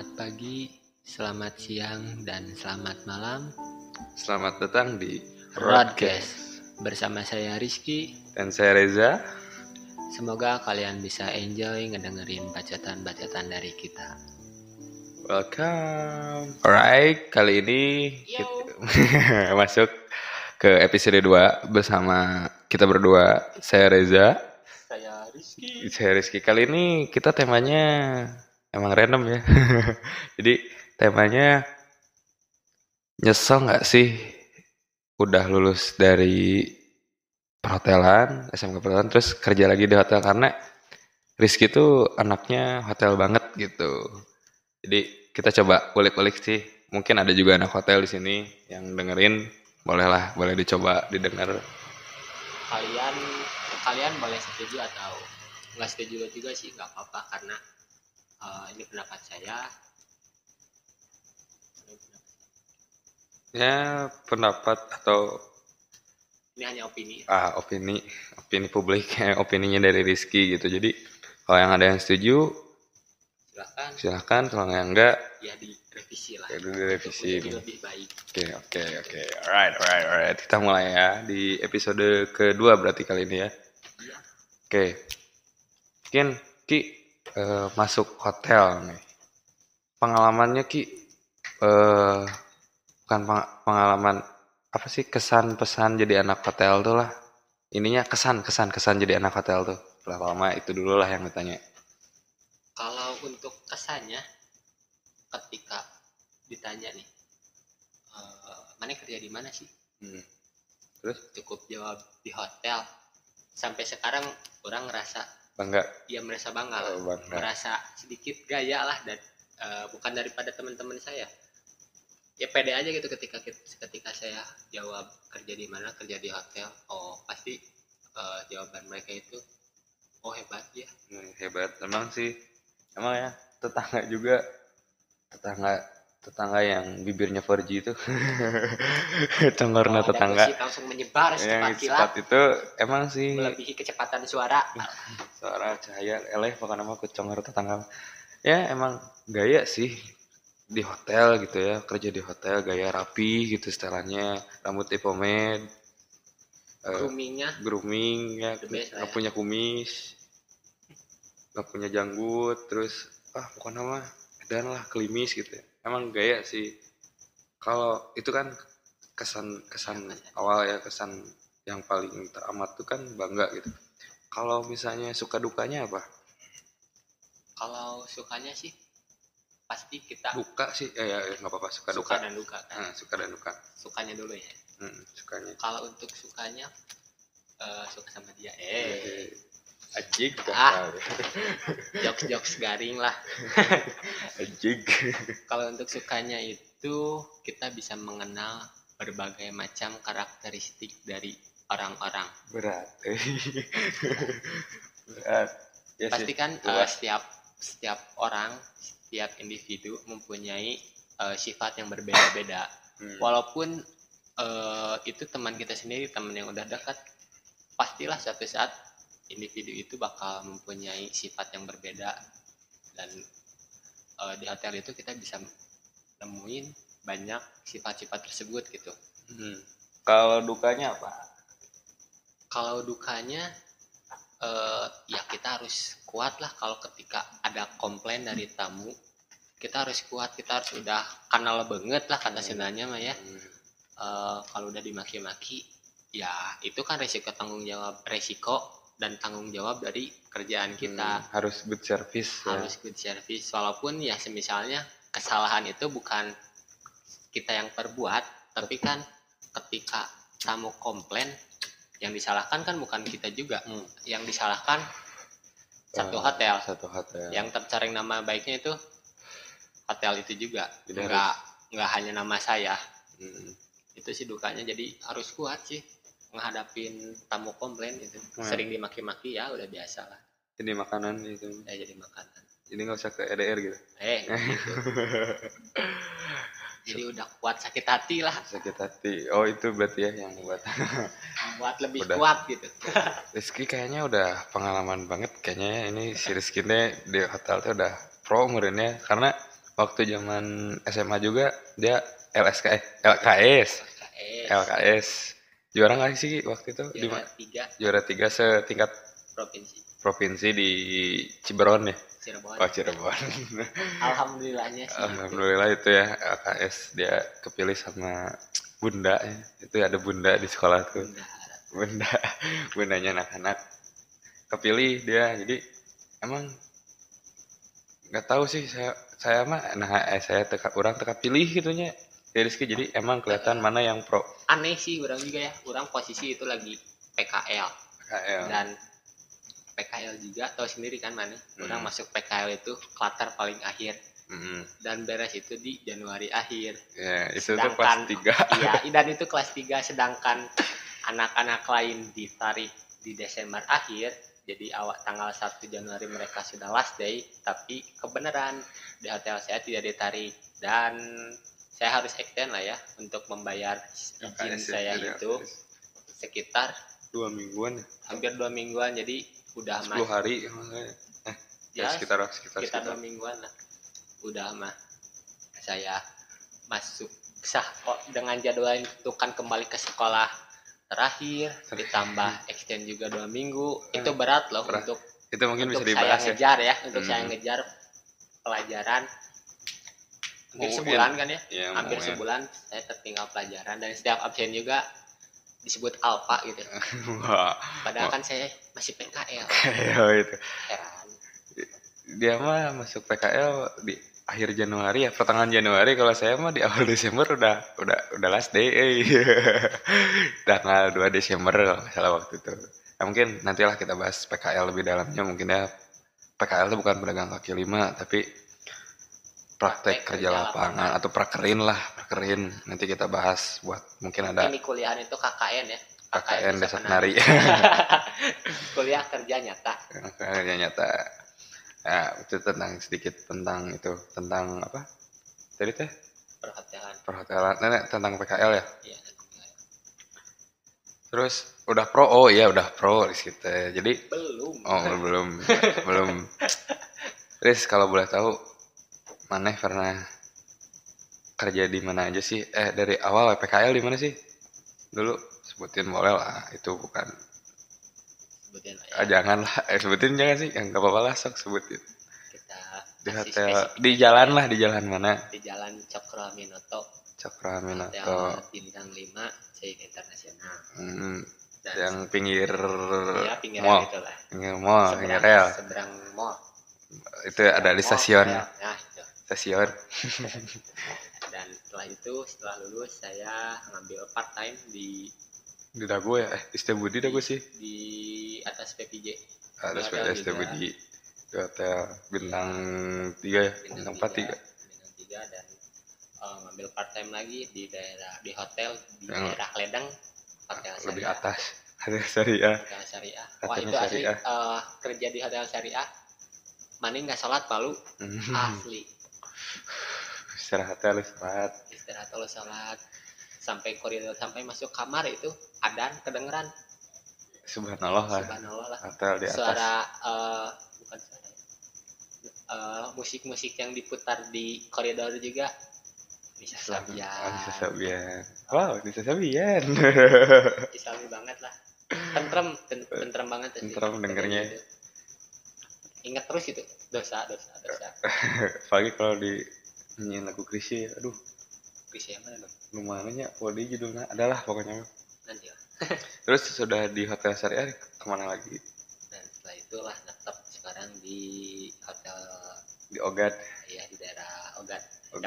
Selamat pagi, selamat siang, dan selamat malam. Selamat datang di Broadcast bersama saya Rizky. Dan saya Reza. Semoga kalian bisa enjoy ngedengerin bacotan-bacotan dari kita. Welcome. Alright, kali ini kita masuk ke episode 2 bersama kita berdua. Saya Reza. Saya Rizky. Saya Rizky. Kali ini kita temanya emang random ya. Jadi temanya nyesel gak sih udah lulus dari perhotelan, SMK perhotelan, terus kerja lagi di hotel, karena Rizky tuh anaknya hotel banget gitu. Jadi kita coba ulik-ulik sih. Mungkin ada juga anak hotel di sini yang dengerin, boleh dicoba didengar. Kalian boleh setuju atau nggak setuju juga sih, nggak apa-apa, karena ini pendapat saya. Ya, pendapat atau Ini hanya opini. Opini publik, opininya dari Rizky gitu. Jadi kalau yang ada yang setuju silahkan, kalau yang enggak ya direvisi lah. Ya direvisi. Lebih baik. Oke. Alright. Kita mulai ya di episode kedua berarti kali ini ya. Iya. Oke. Mungkin Ki masuk hotel nih. Pengalamannya Ki bukan pengalaman apa sih, kesan pesan jadi anak hotel tuh lah. Ininya kesan jadi anak hotel tuh. Berapa lama itu dulu lah yang ditanya. Kalau untuk kesannya, ketika ditanya nih, mana kerja di mana sih? Terus cukup jawab di hotel. Sampai sekarang orang ngerasa bangga. Ya merasa bangga. Merasa sedikit gaya lah, dan bukan daripada teman-teman saya. Ya pede aja gitu ketika saya jawab kerja di mana, kerja di hotel. Oh pasti jawaban mereka itu hebat ya. Hebat emang sih. Emang ya, tetangga yang bibirnya 4G itu. Congorna tetangga langsung menyebar secepat kilat. Cepat itu emang sih melebihi kecepatan suara cahaya pokoknya mah ku congor tetangga. Ya emang gaya sih di hotel gitu ya, kerja di hotel gaya rapi gitu, setelannya rambutnya pomade, grooming ya, nggak punya kumis, nggak punya janggut, terus pokoknya mah dan lah klimis gitu ya. Emang gaya sih. Kalau itu kan kesan awal ya, kesan yang paling teramat tuh kan bangga gitu. Kalau misalnya suka dukanya apa? Kalau sukanya sih pasti kita duka sih nggak apa-apa, suka dan duka kan. Suka dan duka. Sukanya dulu ya. Sukanya. Kalau untuk sukanya suka sama dia. Ajik jokes garing lah. Ajik. Kalau untuk sukanya itu kita bisa mengenal berbagai macam karakteristik dari orang-orang. Berat. Ya, pasti kan setiap orang, setiap individu mempunyai sifat yang berbeda-beda. Walaupun itu teman kita sendiri, teman yang udah dekat, pastilah suatu saat individu itu bakal mempunyai sifat yang berbeda. Dan di hotel itu kita bisa nemuin banyak sifat-sifat tersebut gitu. Kalau dukanya apa? Kalau dukanya ya kita harus kuat lah. Kalau ketika ada komplain dari tamu, kita harus kuat, kita harus udah kenal banget lah kata senanya mah ya. Kalau udah dimaki-maki, ya itu kan resiko dan tanggung jawab dari kerjaan kita. Harus good service. Good service. Walaupun ya semisalnya kesalahan itu bukan kita yang perbuat, tapi kan ketika tamu komplain, yang disalahkan kan bukan kita juga. Yang disalahkan satu hotel. Yang tercoreng nama baiknya itu hotel itu juga. Nggak hanya nama saya. Itu sih dukanya. Jadi harus kuat sih menghadapin tamu komplain itu. Sering dimaki-maki ya udah biasa lah. Jadi makanan itu. Jadi makanan. Jadi nggak usah ke EDR gitu. Gitu. Jadi udah kuat sakit hati lah. Sakit hati. Oh itu berarti ya yang buat lebih kuat gitu. Rizky kayaknya udah pengalaman banget. Kayaknya ini si Rizky di hotel tuh udah pro umurnya. Karena waktu zaman SMA juga dia LKS KS juara nggak sih waktu itu di juara 3 juara 3 setingkat provinsi provinsi di Cirebon ya. Cirebon. Oh Cirebon. Alhamdulillahnya sih. Alhamdulillah itu ya LKS dia kepilih sama bunda ya. Itu ada bunda di sekolah tuh. Bunda bundanya anak-anak kepilih dia. Jadi emang nggak tahu sih saya mah saya orang teka pilih gitunya ya Rizky, jadi emang kelihatan mana yang pro. Aneh sih orang juga ya, orang posisi itu lagi PKL. Dan PKL juga tahu sendiri kan mana orang masuk PKL itu klater paling akhir dan beres itu di Januari akhir ya, itu sedangkan, tuh kelas 3 iya dan itu kelas 3 sedangkan anak-anak lain ditarik di Desember akhir. Jadi awal tanggal 1 Januari mereka sudah last day, tapi kebenaran di hotel saya tidak ditarik dan saya harus extend lah ya untuk membayar izin saya itu sekitar 2 mingguan, hampir 2 mingguan. Jadi udah 10 hari ya sekitar 2 mingguan lah. Udah mah saya masuk sah kok dengan jadwal itu kan kembali ke sekolah terakhir ditambah extend juga 2 minggu itu berat loh untuk itu mungkin untuk bisa dibahas saya ngejar ya untuk saya ngejar pelajaran hampir sebulan kan ya hampir sebulan saya tertinggal pelajaran dan setiap absen juga disebut alpha gitu. Padahal kan saya masih PKL. Itu. Heran. Dia mah masuk PKL di akhir Januari ya, pertengahan Januari. Kalau saya mah di awal Desember udah last day. Tanggal 2 Desember kalau nggak salah waktu itu. Nah, mungkin nantilah kita bahas PKL lebih dalamnya. Mungkin ya PKL itu bukan pedagang kaki 5 tapi praktek kerja lapangan atau prakerin. Nanti kita bahas buat mungkin ada ini kuliahan itu KKN ya. KKN Desa Penari. Kuliah kerja nyata. Kerja nyata. Nah, itu sedikit tentang apa? Tadi teh? Perhotelan. Tentang PKL ya? Iya. Terus udah pro di situ. Jadi belum. Terus kalau boleh tahu Maneh pernah kerja di mana aja sih? Dari awal PKL di mana sih? Dulu sebutin boleh lah, itu bukan. Sebutin lah ya. Jangan lah, sebutin jangan sih, nggak apa-apa lah sok sebutin. Kita di hotel, di jalan mana? Di Jalan Cokroaminoto. Hotel Bintang 5, Seik Internasional. Yang pinggir mall itu lah. Pinggir mall, pinggir rel. Seberang mall. Itu ada di stasiun. Nah, itu. Stasiun. Dan setelah lulus saya ngambil part time di Dago ya, di Setiabudi Dago sih. Di atas PPJ. Atas Setiabudi. Di hotel bintang 3 ya, bintang 4 3. Bintang 3 dan ngambil part time lagi di hotel di daerah Ledeng, hotel Syariah. Lebih atas. Hotel Syariah. Wah, itu asli kerja di hotel Syariah. Mana nggak sholat palu asli. Istirahat sampai koridor sampai masuk kamar itu adan kedengeran. Subhanallah lah. Hotel di atas. Suara bukan suara musik-musik yang diputar di koridor juga bisa sabian. Wow, bisa sabian. Islami banget lah. Tentrem banget. Tentrem dengernya. Ingat terus itu dosa. Apalagi kalau di nyanyiin lagu Krisye, aduh. Krisye mana dong? Lumayannya, di judulnya adalah pokoknya. Nanti lah. Terus sudah di hotel Syariah kemana lagi? Dan setelah itulah netap sekarang di hotel di Ogad. Iya, di daerah Ogad.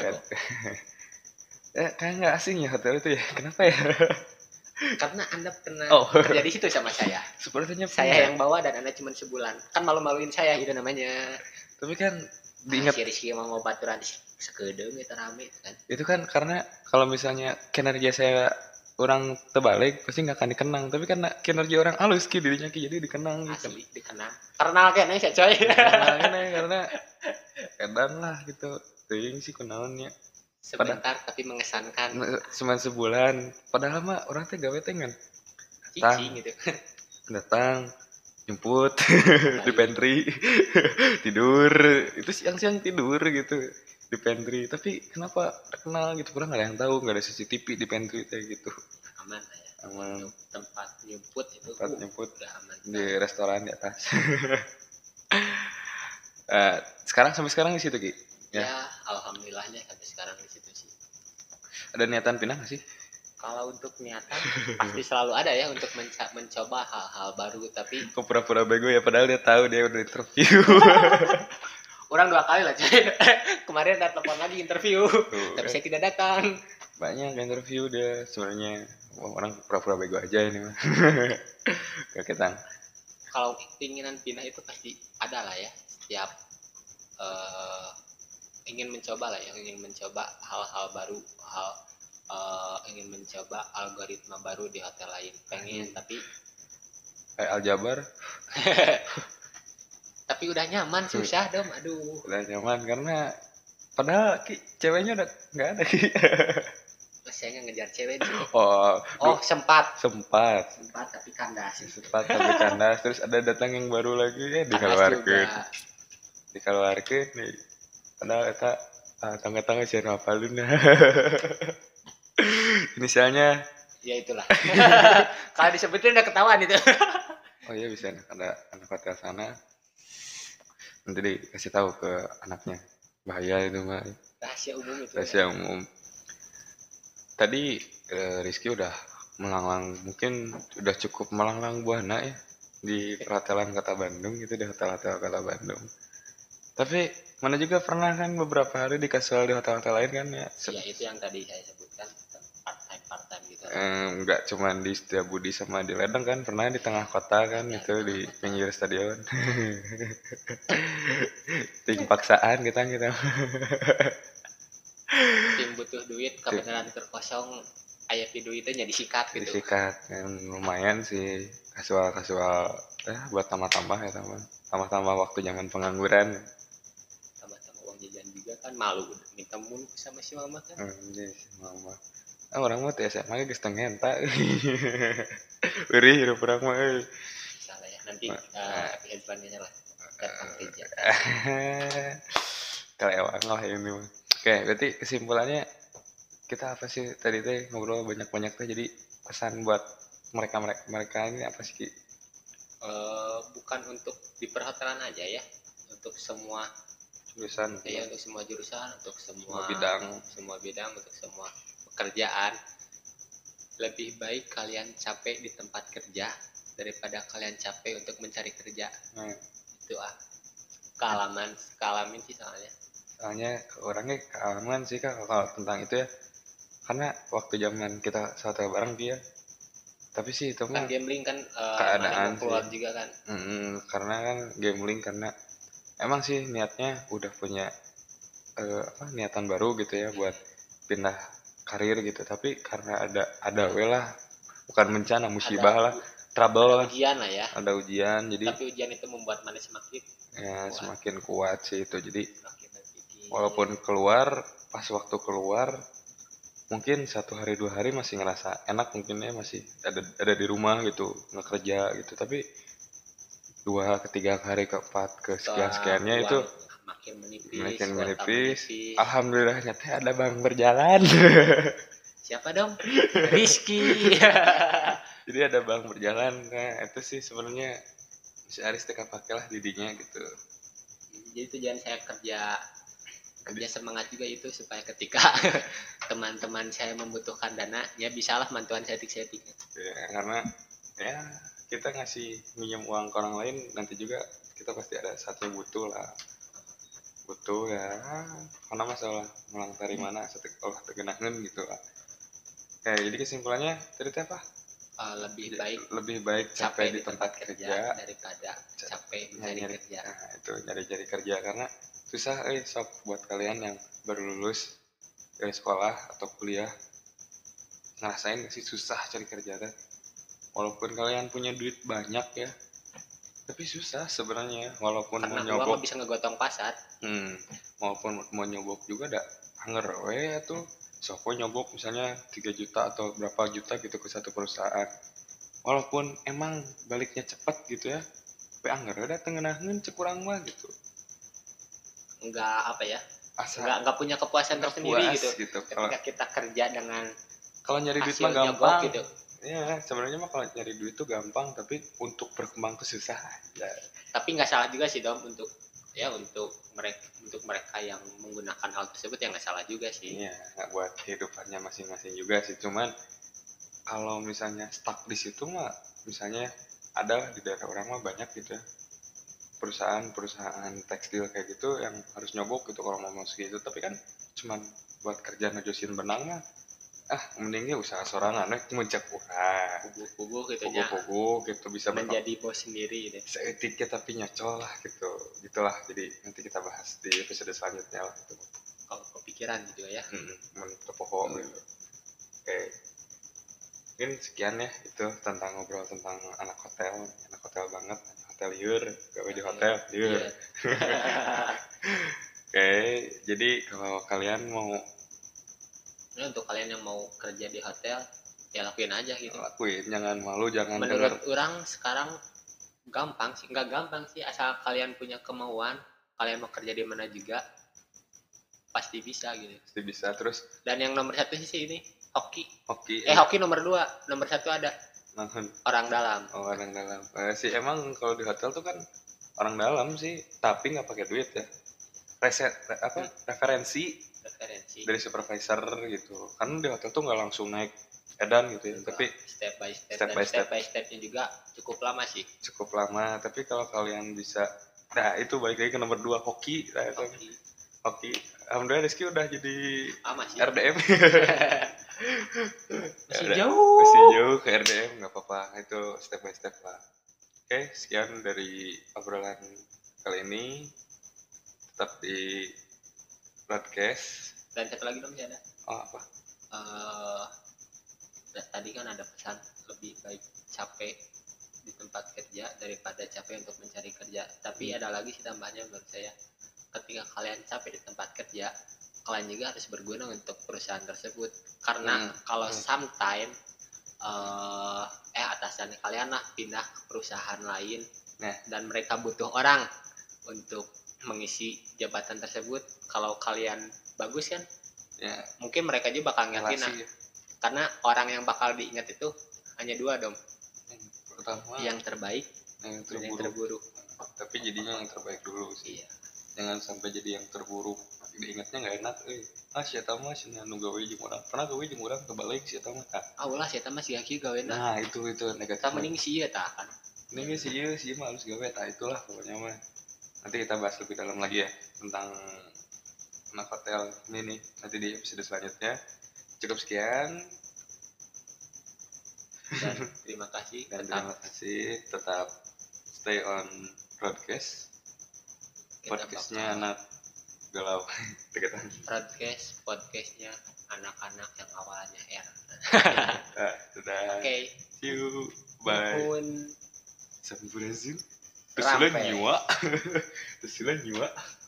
Kayak nggak asing ya hotel itu ya? Kenapa ya? Karena Anda pernah kerja di situ sama saya. Sepertinya saya yang bawa dan Anda cuma sebulan. Kan malu-maluin saya gitu namanya. Tapi kan diingat si mau ngobaturan sekedeng itu rame kan. Itu kan karena kalau misalnya kinerja saya orang terbalik pasti nggak akan dikenang. Tapi karena kinerja orang halus dirinya jadi dikenang. Asli dikenang. Karena kayaknya saya coy. Karena kadang lah gitu. Ting sih kenalannya. Sebentar tapi mengesankan. Cuma sebulan. Padahal mah orang teh gawe teh kan. Gitu. Datang jemput di pantry tidur itu siang-siang tidur gitu di pantry, tapi kenapa terkenal gitu, pernah nggak ada yang tahu, nggak ada CCTV di pantry kayak gitu. Aman lah ya. Aman. Untuk tempat nyumput itu Tempat nyebut udah aman. di restoran di atas. Sekarang sampai sekarang di situ Ki? Ya, alhamdulillahnya sampai sekarang di situ sih. Ada niatan pindah nggak sih? Kalau untuk niatan pasti selalu ada ya untuk mencoba hal-hal baru, tapi Kok pura-pura bego ya, padahal dia tahu dia udah interview. orang 2 kali lah coy. Kemarin ada telepon lagi interview, tapi saya tidak datang. Banyak interview dia sebenarnya. Orang pura-pura bego aja ini mah. Kaketan. Kalau keinginan pindah itu pasti ada lah ya. Setiap ingin mencoba lah ya, ingin mencoba hal-hal baru, ingin mencoba algoritma baru di hotel lain. Pengen tapi Kayak Aljabar. tapi udah nyaman, susah dong. Aduh. Udah nyaman karena padahal Ki, ceweknya udah nggak ada Ki. Saya ngejar cewek sih. Oh, sempat tapi kandas. Sempat tapi kandas. Terus ada datang yang baru lagi ya dikeluarkan nih. Padahal eta tangga-tangga siapa hafalin. Inisialnya ya itulah. Kalau disebutin udah ketahuan itu. Oh iya bisa ada anak hotel sana. Nanti dikasih tahu ke anaknya. Bahaya itu mah. Rahasia umum itu. Rahasia umum. Tadi Rizky udah melanglang, mungkin udah cukup melanglang buana ya di perhotelan Kota Bandung gitu, di hotel-hotel Kota Bandung. Tapi mana juga pernah kan beberapa hari di casual di hotel-hotel lain kan ya. Ya itu yang tadi saya sebutkan part-time gitu. Enggak cuma di Setiabudi sama di Ledeng kan, pernah di tengah kota kan ya, itu di pinggir stadion. Ting paksaan kita. Tim butuh duit, kebenaran terkosong, aya duitnya disikat gitu. Disikat, lumayan sih kasual buat tambah-tambah ya tambah waktu zaman pengangguran. Tambah uang jajan juga kan, malu minta mulu sama si mama kan. Iya si mama. Orang mah teh SMA geus teu ngenta. Eurih hirup urang mah euy. Salah ya, nanti episode selanjutnya lah. Datang kerja. Kelewat lah ini mah. Oke, berarti kesimpulannya kita apa sih tadi teh ngobrol banyak-banyak teh, jadi pesan buat mereka ini apa sih Ki? Bukan untuk di perhotelan aja ya, untuk semua jurusan ya, untuk semua jurusan, untuk semua bidang, untuk semua pekerjaan. Lebih baik kalian capek di tempat kerja daripada kalian capek untuk mencari kerja. Itu kealamin sih soalnya orangnya kealaman sih Kak kalau tentang itu ya, karena waktu zaman kita hotel bareng dia, tapi sih itu mah kan gambling kan, keadaan keluar juga kan. Karena kan gambling, karena emang sih niatnya udah punya niatan baru gitu ya buat pindah karir gitu, tapi karena ada lah, bukan bencana, musibah lah, trouble lah, ujian lah ya, ada ujian, jadi tapi ujian itu membuat mana semakin kuat sih itu. Jadi walaupun pas waktu keluar mungkin 1 hari 2 hari masih ngerasa enak, mungkin ya masih ada di rumah gitu nggak kerja gitu, tapi 2 ke 3 hari ke 4 ke sekiannya itu makin menipis. Alhamdulillah nyata ada bang berjalan. Siapa dong? Rizky. Jadi ada bang berjalan. Nah itu sih sebenarnya si Aris teka pakailah didinya gitu. Jadi tujuan saya kerja semangat juga itu, supaya ketika teman-teman saya membutuhkan dana ya bisalah bantuan setting ya, karena ya kita ngasih minjem uang ke orang lain, nanti juga kita pasti ada saatnya butuh ya, karena masalah melang dari mana olah tegenakeun gitu lah. Oke, jadi kesimpulannya tadi apa? Lebih baik capek di tempat kerja daripada capek mencari kerja. Nah, itu nyari kerja, karena susah sok buat kalian yang baru lulus dari sekolah atau kuliah, ngerasain sih susah cari kerja kan. Walaupun kalian punya duit banyak ya, tapi susah sebenarnya. Walaupun karena mau nyobok bisa ngegotong pasar. Walaupun mau nyobok juga ada hanger tuh. Soko nyobok misalnya 3 juta atau berapa juta gitu ke satu perusahaan. Walaupun emang baliknya cepat gitu ya, tapi hanger datang ngenahin cekurang mah gitu. Enggak apa ya, asa nggak punya kepuasan tersendiri puas gitu gitu. ketika kita kerja dengan Kalau nyari duit hasil mah gampang nyogok gitu. ya, sebenarnya mah kalau nyari duit itu gampang, tapi untuk berkembang tuh susah ya. Tapi nggak salah juga sih Dom untuk mereka yang menggunakan hal tersebut ya nggak salah juga sih. Iya, nggak buat kehidupannya masing-masing juga sih. Cuman kalau misalnya stuck di situ mah, misalnya ada di daerah orang mah banyak gitu ya, perusahaan tekstil kayak gitu yang harus nyogok gitu kalau mau masuk gitu. Tapi kan cuman buat kerja ngejosin benang mah, mendingnya usaha sorangan muncak urang Kubu-kubu gitu ya pugu gitu bisa menjadi bos sendiri gitu. seetiknya tapi nyocol lah gitu gitulah. Jadi nanti kita bahas di episode selanjutnya lah gitu. Kalau kepikiran gitu ya. Menurut pokok gitu. Oke, mungkin sekian ya itu tentang ngobrol tentang anak hotel banget, hotel liur, gawe di hotel liur. Oke, jadi kalau kalian mau untuk kalian yang mau kerja di hotel ya lakuin aja gitu. Lakuin, jangan malu, jangan menurut orang sekarang gampang sih, nggak gampang sih, asal kalian punya kemauan, kalian mau kerja di mana juga pasti bisa gitu. Pasti bisa. Terus dan yang nomor 1 sih ini hoki. Hoki nomor 2, nomor 1 ada orang dalam. Orang dalam sih emang kalau di hotel tuh kan orang dalam sih, tapi nggak pakai duit ya. Referensi dari supervisor gitu. Karena di hotel tuh nggak langsung naik edan gitu ya, tapi step by stepnya juga cukup lama sih. Cukup lama, tapi kalau kalian bisa, itu balik lagi ke nomor 2 hoki. Hoki. Alhamdulillah Rizky udah jadi RDM. Masih jauh ke RDM, nggak apa-apa, itu step by step lah. Oke, sekian dari obrolan kali ini. Tetap di broadcast. Dan satu lagi dong ada. Apa? Tadi kan ada pesan lebih baik capek di tempat kerja daripada capek untuk mencari kerja. Tapi ada lagi sih tambahnya menurut saya. Ketika kalian capek di tempat kerja, kalian juga harus berguna untuk perusahaan tersebut. Karena kalau sometimes atasan kalian lah pindah ke perusahaan lain, dan mereka butuh orang untuk mengisi jabatan tersebut. Kalau kalian bagus kan, mungkin mereka juga bakal ngingetin. Karena orang yang bakal diingat itu hanya 2 dong. Pertama, yang terbaik, yang terburuk. Tapi jadinya yang terbaik dulu sih. Iya. Jangan sampai jadi yang terburuk. Diingatnya nggak enak. Siapa mah sih nu gawe jeung urang. Pernah gawe jeung urang kebalik siapa mah. Ulah siapa mah siga kieu gawe. Nah, itu negatif. Kita mending sih ya tah kan. Mending sih mah halus gawe tah itulah pokoknya mah. Nanti kita bahas lebih dalam lagi ya tentang anak hotel ini nih nanti di episode selanjutnya. Cukup sekian. Dan terima kasih. Tetap stay on broadcast. Podcastnya anak galau. Podcastnya anak-anak yang awalnya R. Sudah. Oke. See you. Bye. Sampai berhasil. Terus nyua.